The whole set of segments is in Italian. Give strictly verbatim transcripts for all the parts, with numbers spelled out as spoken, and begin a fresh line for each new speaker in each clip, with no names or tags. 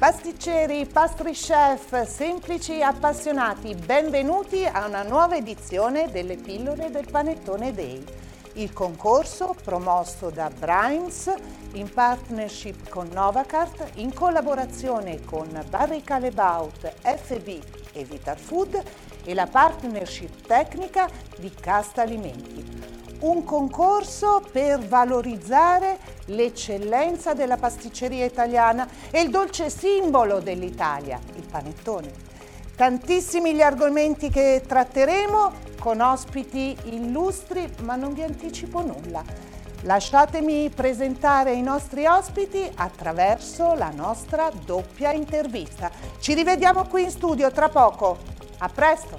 Pasticceri, pastry chef, semplici appassionati, benvenuti a una nuova edizione delle pillole del Panettone Day. Il concorso, promosso da Brimes in partnership con Novacart, in collaborazione con Barry Callebaut, F B e Vitalfood e la partnership tecnica di Casta Alimenti. Un concorso per valorizzare l'eccellenza della pasticceria italiana e il dolce simbolo dell'Italia, il panettone. Tantissimi gli argomenti che tratteremo con ospiti illustri, ma non vi anticipo nulla. Lasciatemi presentare i nostri ospiti attraverso la nostra doppia intervista. Ci rivediamo qui in studio tra poco. A presto!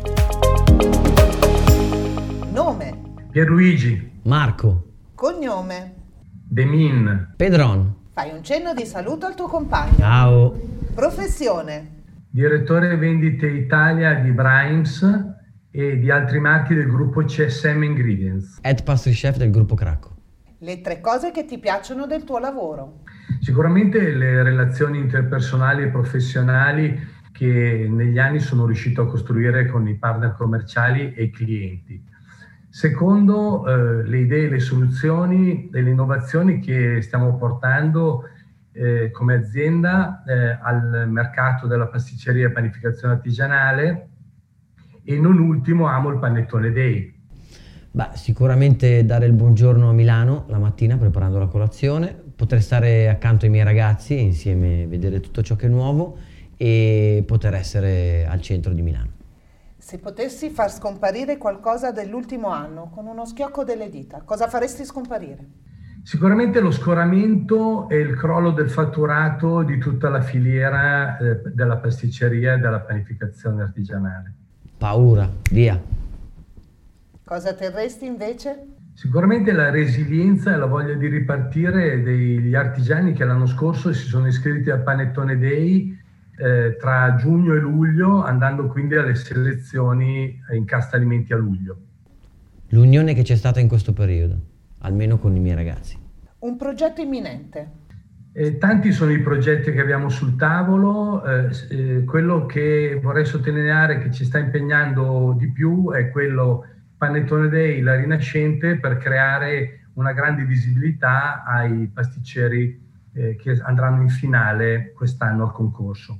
Nome:
Pierluigi.
Marco.
Cognome:
Demin.
Pedron.
Fai un cenno di saluto al tuo compagno.
Ciao.
Professione:
Direttore vendite Italia di Brimes e di altri marchi del gruppo C S M Ingredients.
Head pastry chef del gruppo Cracco.
le tre cose che ti piacciono del tuo lavoro.
Sicuramente le relazioni interpersonali e professionali che negli anni sono riuscito a costruire con i partner commerciali e i clienti. Secondo, eh, le idee, le soluzioni e le innovazioni che stiamo portando eh, come azienda eh, al mercato della pasticceria e panificazione artigianale. E non ultimo, amo il Panettone Day.
Beh, sicuramente dare il buongiorno a Milano la mattina preparando la colazione, poter stare accanto ai miei ragazzi e insieme vedere tutto ciò che è nuovo e poter essere al centro di Milano.
Se potessi far scomparire qualcosa dell'ultimo anno con uno schiocco delle dita, cosa faresti scomparire?
Sicuramente lo scoramento e il crollo del fatturato di tutta la filiera eh, della pasticceria e della panificazione artigianale.
Paura, via.
Cosa terresti invece?
Sicuramente la resilienza e la voglia di ripartire degli artigiani che l'anno scorso si sono iscritti al Panettone Day eh, tra giugno e luglio, andando quindi alle selezioni in Casta Alimenti a luglio.
L'unione che c'è stata in questo periodo, almeno con i miei ragazzi.
Un progetto imminente.
Eh, tanti sono i progetti che abbiamo sul tavolo, eh, eh, quello che vorrei sottolineare che ci sta impegnando di più è quello Panettone Day, la rinascente, per creare una grande visibilità ai pasticceri eh, che andranno in finale quest'anno al concorso.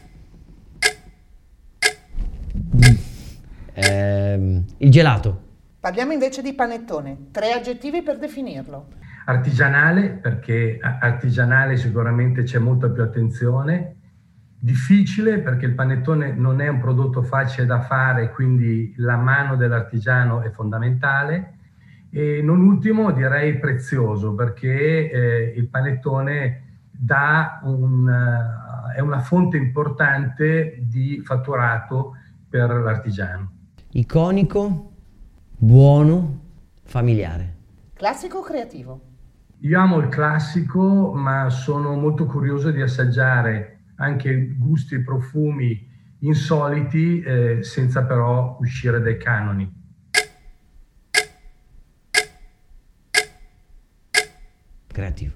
Eh, il gelato.
Parliamo invece di panettone. Tre aggettivi per definirlo.
Artigianale, perché artigianale sicuramente c'è molta più attenzione. Difficile, perché il panettone non è un prodotto facile da fare, quindi la mano dell'artigiano è fondamentale. E non ultimo direi prezioso, perché eh, il panettone dà un, uh, è una fonte importante di fatturato per l'artigiano.
Iconico, buono, familiare.
Classico o creativo?
Io amo il classico, ma sono molto curioso di assaggiare anche gusti e profumi insoliti, eh, senza però uscire dai canoni.
Creativo.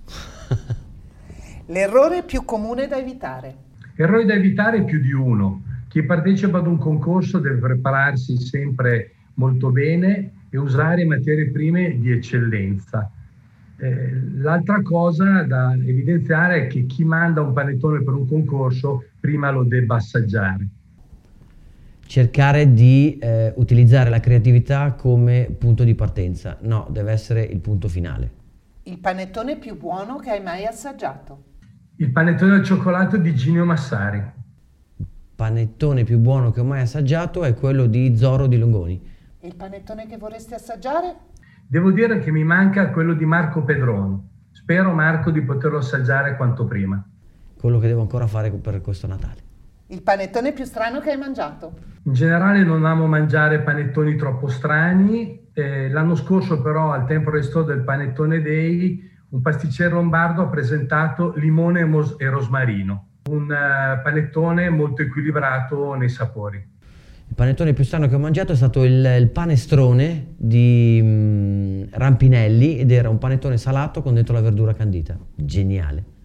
L'errore più comune da evitare.
Errori da evitare più di uno. Chi partecipa ad un concorso deve prepararsi sempre molto bene e usare materie prime di eccellenza. Eh, l'altra cosa da evidenziare è che chi manda un panettone per un concorso prima lo debba assaggiare.
Cercare di eh, utilizzare la creatività come punto di partenza. No, deve essere il punto finale.
Il panettone più buono che hai mai assaggiato.
Il panettone al cioccolato di Ginio Massari.
Il panettone più buono che ho mai assaggiato è quello di Zoro di Longoni.
Il panettone che vorresti assaggiare?
Devo dire che mi manca quello di Marco Pedron. Spero, Marco, di poterlo assaggiare quanto prima.
Quello che devo ancora fare per questo Natale.
Il panettone più strano che hai mangiato.
In generale non amo mangiare panettoni troppo strani. Eh, l'anno scorso però al Tempo Store del Panettone Day un pasticcere lombardo ha presentato limone e, mos- e rosmarino. Un uh, panettone molto equilibrato nei sapori.
Il panettone più strano che ho mangiato è stato il, il panestrone di mm, Rampinelli ed era un panettone salato con dentro la verdura candita. Geniale.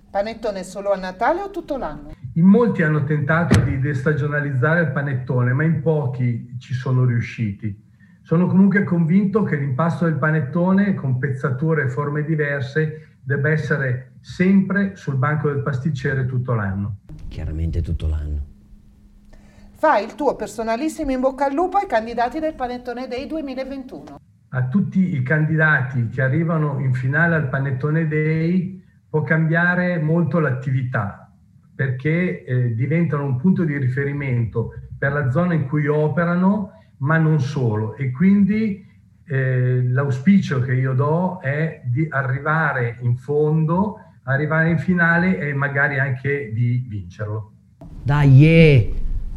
Panettone solo a Natale o tutto l'anno?
In molti hanno tentato di destagionalizzare il panettone, ma in pochi ci sono riusciti. Sono comunque convinto che l'impasto del panettone, con pezzature e forme diverse, debba essere sempre sul banco del pasticcere tutto l'anno.
Chiaramente tutto l'anno.
Fai il tuo personalissimo in bocca al lupo ai candidati del Panettone Day duemilaventuno.
A tutti i candidati che arrivano in finale al Panettone Day può cambiare molto l'attività, perché eh, diventano un punto di riferimento per la zona in cui operano, ma non solo. E quindi eh, l'auspicio che io do è di arrivare in fondo, arrivare in finale e magari anche di vincerlo.
Dai, yeah.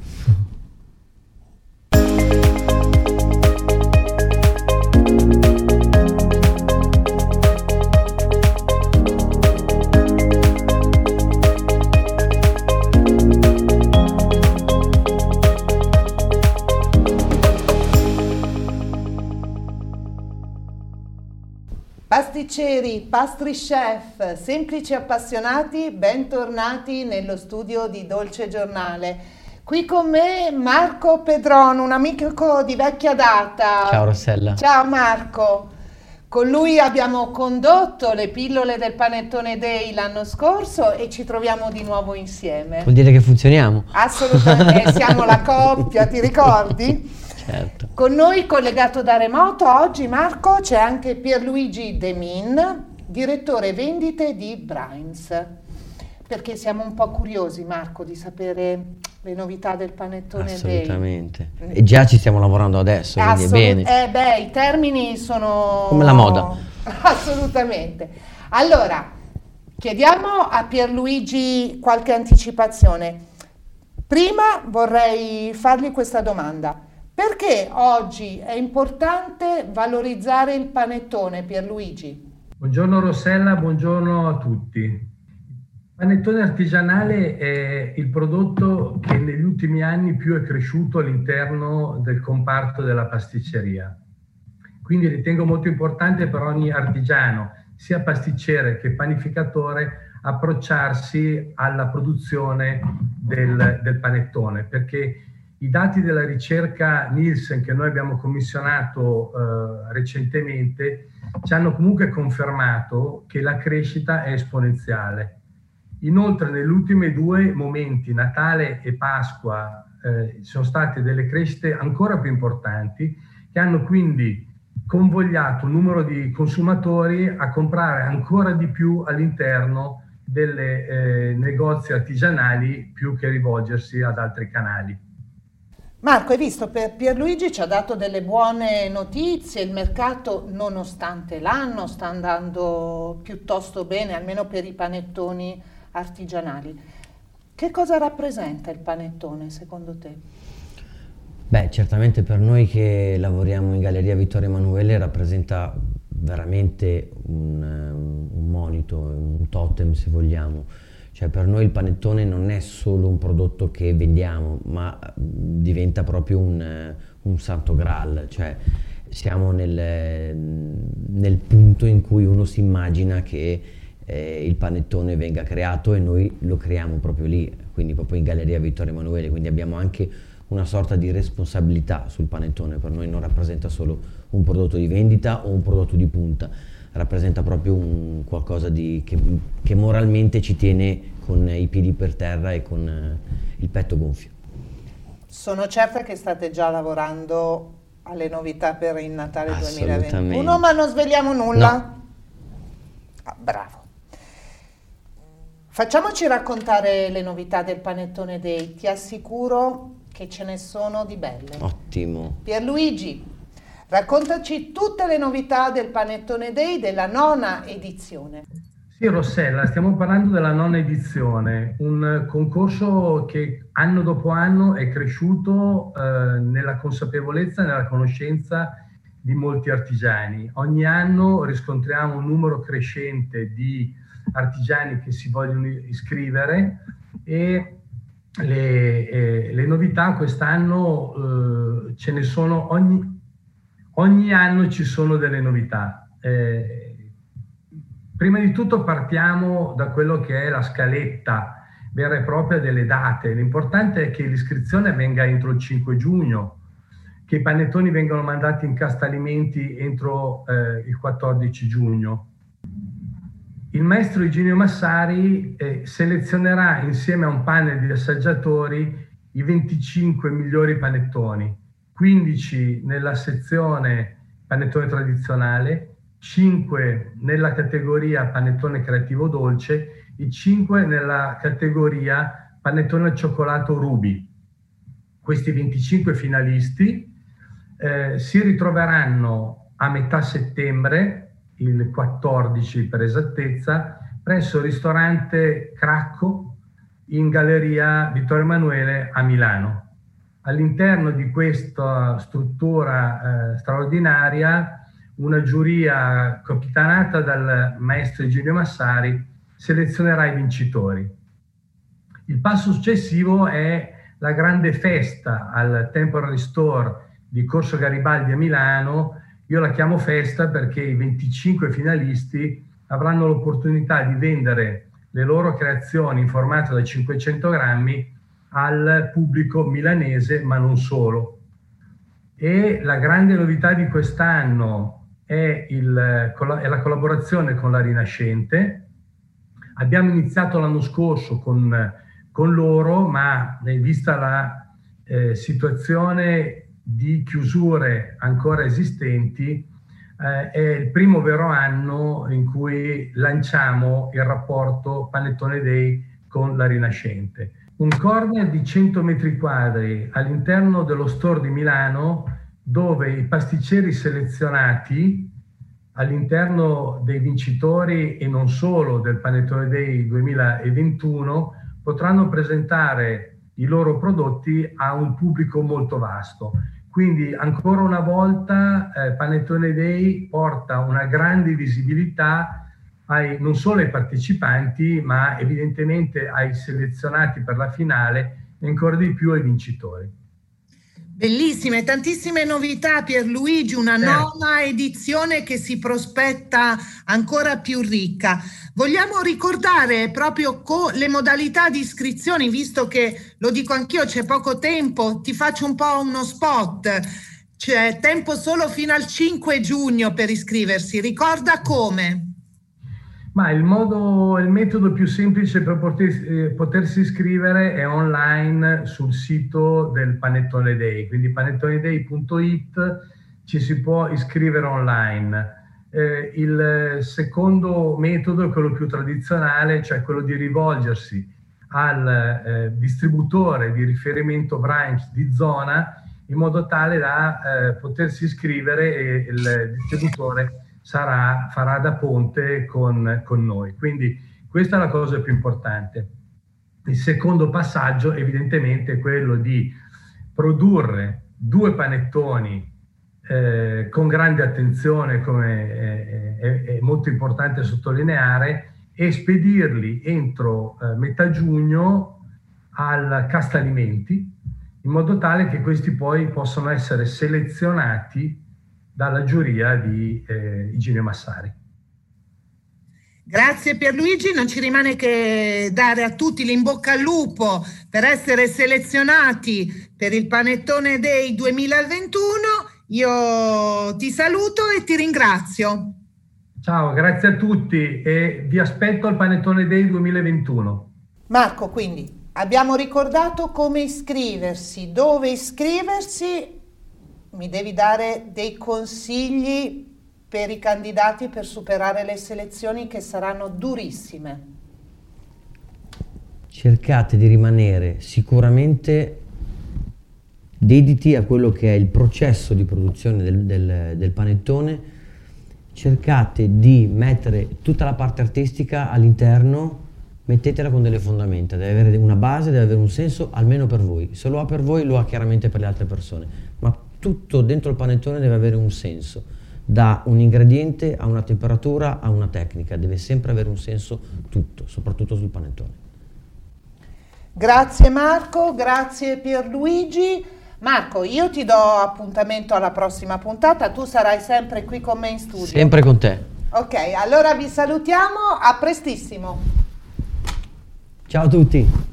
Pasticceri, pastry chef, semplici appassionati, bentornati nello studio di Dolce Giornale. Qui con me Marco Pedron, un amico di vecchia data.
Ciao Rossella.
Ciao Marco. Con lui abbiamo condotto le pillole del Panettone Day l'anno scorso e ci troviamo di nuovo insieme.
Vuol dire che funzioniamo?
Assolutamente, siamo la coppia, ti ricordi?
Certo.
Con noi collegato da remoto oggi, Marco, c'è anche Pierluigi Demin, direttore vendite di Brimes, perché siamo un po' curiosi, Marco, di sapere le novità del Panettone Day.
Assolutamente. E già ci stiamo lavorando adesso, quindi
Assolut-
è bene.
Eh beh, i termini sono...
Come la moda.
Assolutamente. Allora, chiediamo a Pierluigi qualche anticipazione. Prima vorrei fargli questa domanda. Perché oggi è importante valorizzare il panettone, Pierluigi?
Buongiorno Rossella, buongiorno a tutti. Il panettone artigianale è il prodotto che negli ultimi anni più è cresciuto all'interno del comparto della pasticceria. Quindi ritengo molto importante per ogni artigiano, sia pasticcere che panificatore, approcciarsi alla produzione del, del panettone, perché i dati della ricerca Nielsen che noi abbiamo commissionato eh, recentemente ci hanno comunque confermato che la crescita è esponenziale. Inoltre negli ultimi due momenti, Natale e Pasqua, eh, ci sono state delle crescite ancora più importanti che hanno quindi convogliato un numero di consumatori a comprare ancora di più all'interno delle eh, negozi artigianali più che rivolgersi ad altri canali.
Marco, hai visto, per Pierluigi ci ha dato delle buone notizie, il mercato nonostante l'anno sta andando piuttosto bene, almeno per i panettoni artigianali. Che cosa rappresenta il panettone secondo te?
Beh, certamente per noi che lavoriamo in Galleria Vittorio Emanuele rappresenta veramente un, un monito, un totem se vogliamo. Cioè per noi il panettone non è solo un prodotto che vendiamo, ma diventa proprio un, un santo graal, cioè siamo nel, nel punto in cui uno si immagina che eh, il panettone venga creato e noi lo creiamo proprio lì, quindi proprio in Galleria Vittorio Emanuele, quindi abbiamo anche una sorta di responsabilità sul panettone, per noi non rappresenta solo un prodotto di vendita o un prodotto di punta, rappresenta proprio un qualcosa di, che, che moralmente ci tiene con i piedi per terra e con eh, il petto gonfio.
Sono certa che state già lavorando alle novità per il Natale
Assolutamente.
duemilaventuno, ma non svegliamo nulla?
No.
Ah, bravo. Facciamoci raccontare le novità del Panettone Day, ti assicuro che ce ne sono di belle.
Ottimo.
Pierluigi, raccontaci tutte le novità del Panettone Day della nona edizione.
Sì, Rossella, stiamo parlando della nona edizione, un concorso che anno dopo anno è cresciuto eh, nella consapevolezza e nella conoscenza di molti artigiani. Ogni anno riscontriamo un numero crescente di artigiani che si vogliono iscrivere e le, eh, le novità quest'anno eh, ce ne sono, ogni, ogni anno ci sono delle novità. Eh, Prima di tutto partiamo da quello che è la scaletta vera e propria delle date. L'importante è che l'iscrizione avvenga entro il cinque giugno, che i panettoni vengano mandati in cassa alimenti entro eh, il quattordici giugno. Il maestro Iginio Massari eh, selezionerà insieme a un panel di assaggiatori i venticinque migliori panettoni, quindici nella sezione panettone tradizionale, cinque nella categoria panettone creativo dolce e cinque nella categoria panettone al cioccolato Ruby. Questi venticinque finalisti eh, si ritroveranno a metà settembre, il quattordici per esattezza, presso il ristorante Cracco in Galleria Vittorio Emanuele a Milano. All'interno di questa struttura eh, straordinaria, una giuria capitanata dal maestro Iginio Massari selezionerà i vincitori. Il passo successivo è la grande festa al Temporary Store di Corso Garibaldi a Milano. Io la chiamo festa perché i venticinque finalisti avranno l'opportunità di vendere le loro creazioni in formato da cinquecento grammi al pubblico milanese, ma non solo. E la grande novità di quest'anno è, il, è la collaborazione con la Rinascente. Abbiamo iniziato l'anno scorso con, con loro, ma vista la eh, situazione di chiusure ancora esistenti, eh, è il primo vero anno in cui lanciamo il rapporto Panettone Day con la Rinascente. Un corner di cento metri quadri all'interno dello store di Milano, dove i pasticceri selezionati all'interno dei vincitori e non solo del Panettone Day duemilaventuno potranno presentare i loro prodotti a un pubblico molto vasto. Quindi ancora una volta eh, Panettone Day porta una grande visibilità ai, non solo ai partecipanti, ma evidentemente ai selezionati per la finale e ancora di più ai vincitori.
Bellissime, tantissime novità Pierluigi, una certo. nona edizione che si prospetta ancora più ricca. Vogliamo ricordare proprio con le modalità di iscrizioni, visto che, lo dico anch'io, c'è poco tempo, ti faccio un po' uno spot. C'è tempo solo fino al cinque giugno per iscriversi, ricorda come?
Ma il modo, il metodo più semplice per potersi, eh, potersi iscrivere è online sul sito del Panettone Day, quindi panettoneday punto it, ci si può iscrivere online. Eh, il secondo metodo è quello più tradizionale, cioè quello di rivolgersi al eh, distributore di riferimento Brimes di zona, in modo tale da eh, potersi iscrivere e il distributore Sarà, farà da ponte con, con noi. Quindi questa è la cosa più importante. Il secondo passaggio evidentemente è quello di produrre due panettoni eh, con grande attenzione, come è, è, è molto importante sottolineare, e spedirli entro eh, metà giugno al Casta Alimenti, in modo tale che questi poi possano essere selezionati dalla giuria di eh, Iginio Massari.
Grazie Pierluigi, non ci rimane che dare a tutti l'in bocca al lupo per essere selezionati per il Panettone Day duemilaventuno. Io ti saluto e ti ringrazio.
Ciao, grazie a tutti e vi aspetto al Panettone Day duemilaventuno.
Marco, quindi abbiamo ricordato come iscriversi, dove iscriversi. Mi devi dare dei consigli per i candidati per superare le selezioni che saranno durissime.
Cercate di rimanere sicuramente dediti a quello che è il processo di produzione del, del, del panettone. Cercate di mettere tutta la parte artistica all'interno, mettetela con delle fondamenta, deve avere una base, deve avere un senso almeno per voi. Se lo ha per voi, lo ha chiaramente per le altre persone, ma tutto dentro il panettone deve avere un senso, da un ingrediente a una temperatura a una tecnica, deve sempre avere un senso tutto, soprattutto sul panettone.
Grazie Marco, grazie Pierluigi. Marco, io ti do appuntamento alla prossima puntata, tu sarai sempre qui con me in studio.
Sempre con te.
Ok, allora vi salutiamo, a prestissimo.
Ciao a tutti.